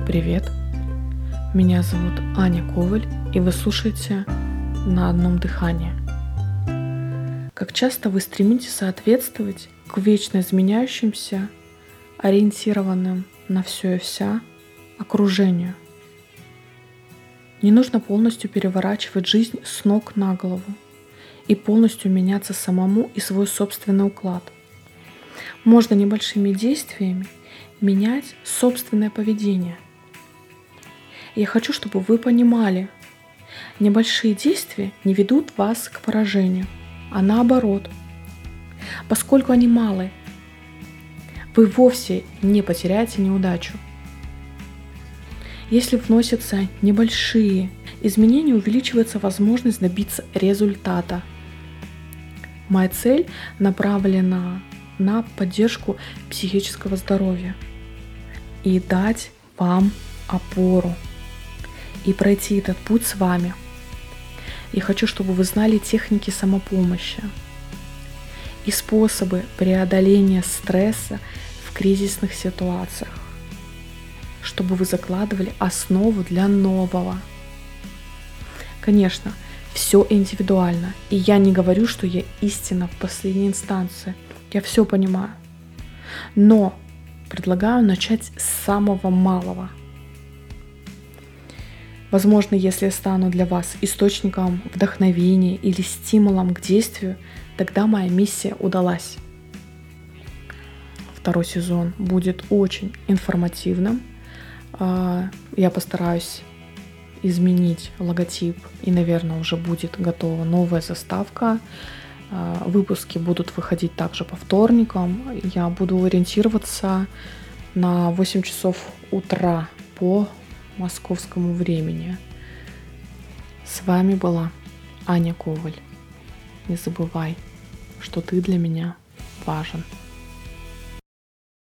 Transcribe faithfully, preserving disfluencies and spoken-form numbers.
Привет, меня зовут Аня Коваль, и вы слушаете «На одном дыхании». Как часто вы стремитесь соответствовать к вечно изменяющимся, ориентированным на все и вся окружению? Не нужно полностью переворачивать жизнь с ног на голову и полностью меняться самому и свой собственный уклад. Можно небольшими действиями менять собственное поведение. Я хочу, чтобы вы понимали, небольшие действия не ведут вас к поражению, а наоборот. Поскольку они малые, вы вовсе не потеряете неудачу. Если вносятся небольшие изменения, увеличивается возможность добиться результата. Моя цель направлена на поддержку психического здоровья и дать вам опору и пройти этот путь с вами. Я хочу, чтобы вы знали техники самопомощи и способы преодоления стресса в кризисных ситуациях, чтобы вы закладывали основу для нового. Конечно, все индивидуально, и я не говорю, что я истина в последней инстанции. Я все понимаю. Но предлагаю начать с самого малого. Возможно, если я стану для вас источником вдохновения или стимулом к действию, тогда моя миссия удалась. Второй сезон будет очень информативным. Я постараюсь изменить логотип, и, наверное, уже будет готова новая заставка. Выпуски будут выходить также по вторникам. Я буду ориентироваться на восемь часов утра по московскому времени. С вами была Аня Коваль. Не забывай, что ты для меня важен.